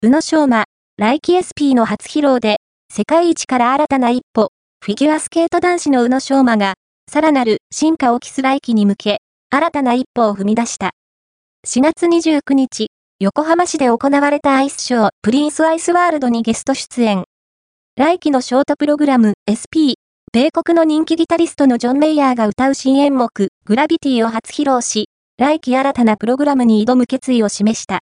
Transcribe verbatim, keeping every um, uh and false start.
宇野昌磨、来季 エスピー の初披露で、世界一から新たな一歩、フィギュアスケート男子の宇野昌磨が、さらなる進化を期す来季に向け、新たな一歩を踏み出した。しがつにじゅうくにち、横浜市で行われたアイスショー、プリンスアイスワールドにゲスト出演。来季のショートプログラム、エスピー、米国の人気ギタリストのジョン・メイヤーが歌う新演目、グラビティを初披露し、来季新たなプログラムに挑む決意を示した。